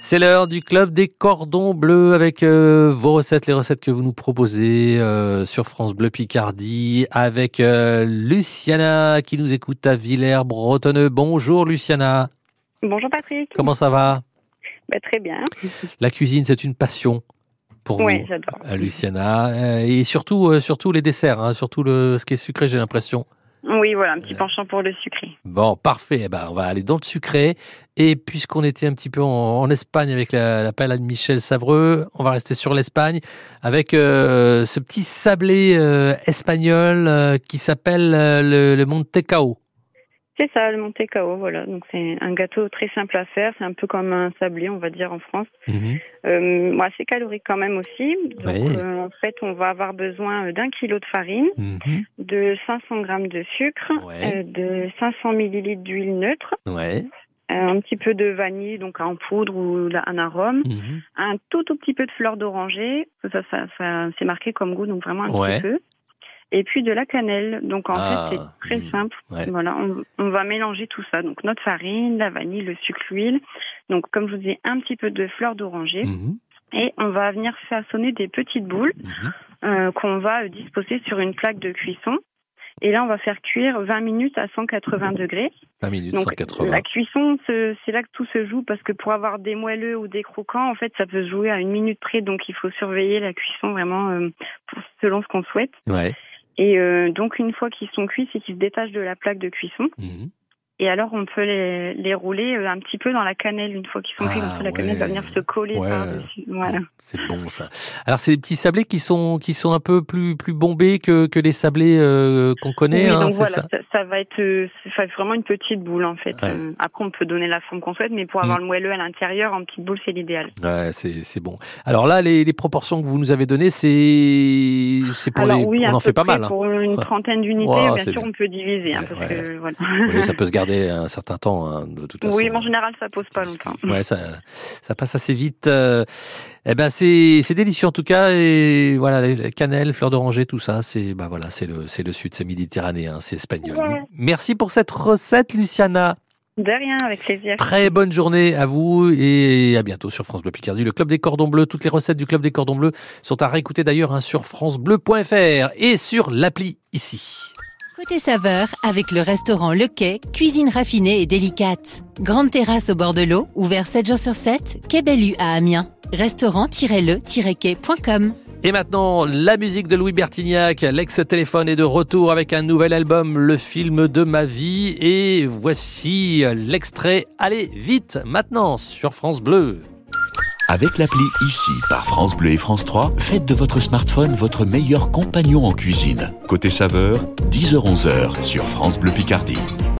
C'est l'heure du Club des Cordons Bleus avec vos recettes, les recettes que vous nous proposez sur France Bleu Picardie avec Luciana qui nous écoute à Villers-Bretonneux. Bonjour Luciana. Bonjour Patrick. Comment ça va ? Très bien. La cuisine, c'est une passion pour vous. Oui, j'adore. Luciana. Et surtout les desserts, hein, surtout ce qui est sucré, j'ai l'impression. Oui, voilà, un petit penchant pour le sucré. Bon, parfait. Eh ben, on va aller dans le sucré. Et puisqu'on était un petit peu en Espagne avec la paella de Michel Savreux, on va rester sur l'Espagne avec ce petit sablé espagnol qui s'appelle le Mantecao. C'est ça, le Mantecao, voilà. Donc c'est un gâteau très simple à faire. C'est un peu comme un sablé, on va dire, en France. C'est calorique quand même aussi. Donc en fait, on va avoir besoin d'1 kilo de farine, de 500 grammes de sucre, de 500 millilitres d'huile neutre. Un petit peu de vanille, donc en poudre ou un arôme, un tout petit peu de fleur d'oranger, ça c'est marqué comme goût, donc vraiment un petit peu. Et puis de la cannelle. Donc en fait, c'est très simple. Voilà, on va mélanger tout ça. Donc notre farine, la vanille, le sucre, l'huile. Donc comme je vous disais, un petit peu de fleur d'oranger. Et on va venir façonner des petites boules qu'on va disposer sur une plaque de cuisson. Et là, on va faire cuire 20 minutes à 180 degrés. 20 minutes, donc, 180. La cuisson, c'est là que tout se joue parce que pour avoir des moelleux ou des croquants, en fait, ça peut se jouer à 1 minute près. Donc, il faut surveiller la cuisson vraiment selon ce qu'on souhaite. Et donc, une fois qu'ils sont cuits, c'est qu'ils se détachent de la plaque de cuisson. Et alors, on peut les rouler un petit peu dans la cannelle une fois qu'ils sont cuits. Comme ça, la cannelle va venir se coller par-dessus. Voilà. C'est bon, ça. Alors, c'est des petits sablés qui sont un peu plus bombés que les sablés qu'on connaît. Oui, donc voilà, ça va être vraiment une petite boule, en fait. Après, on peut donner la forme qu'on souhaite, mais pour avoir le moelleux à l'intérieur, en petite boule, c'est l'idéal. Ouais, c'est bon. Alors là, les proportions que vous nous avez données, c'est pour on en fait pas mal. Pour une trentaine d'unités, bien sûr, on peut diviser. Parce que, voilà. Oui, ça peut se garder un certain temps, de toute façon. Oui, mais en général, ça pose pas longtemps. Ouais, ça passe assez vite. C'est délicieux en tout cas. Et voilà, la cannelle, fleur d'oranger, tout ça, c'est le sud, c'est méditerranéen, c'est espagnol. Merci pour cette recette, Luciana. De rien, avec plaisir. Très bonne journée à vous et à bientôt sur France Bleu Picardie. Le Club des Cordons Bleus, toutes les recettes du Club des Cordons Bleus sont à réécouter d'ailleurs sur francebleu.fr et sur l'appli ici. Côté saveur, avec le restaurant Le Quai, cuisine raffinée et délicate. Grande terrasse au bord de l'eau, ouvert 7 jours sur 7, Quai Bellu à Amiens. Restaurant-le-quai.com. Et maintenant, la musique de Louis Bertignac, l'ex-téléphone est de retour avec un nouvel album, Le film de ma vie. Et voici l'extrait. Allez, vite, maintenant, sur France Bleu. Avec l'appli Ici par France Bleu et France 3, faites de votre smartphone votre meilleur compagnon en cuisine. Côté saveur, 10h-11h sur France Bleu Picardie.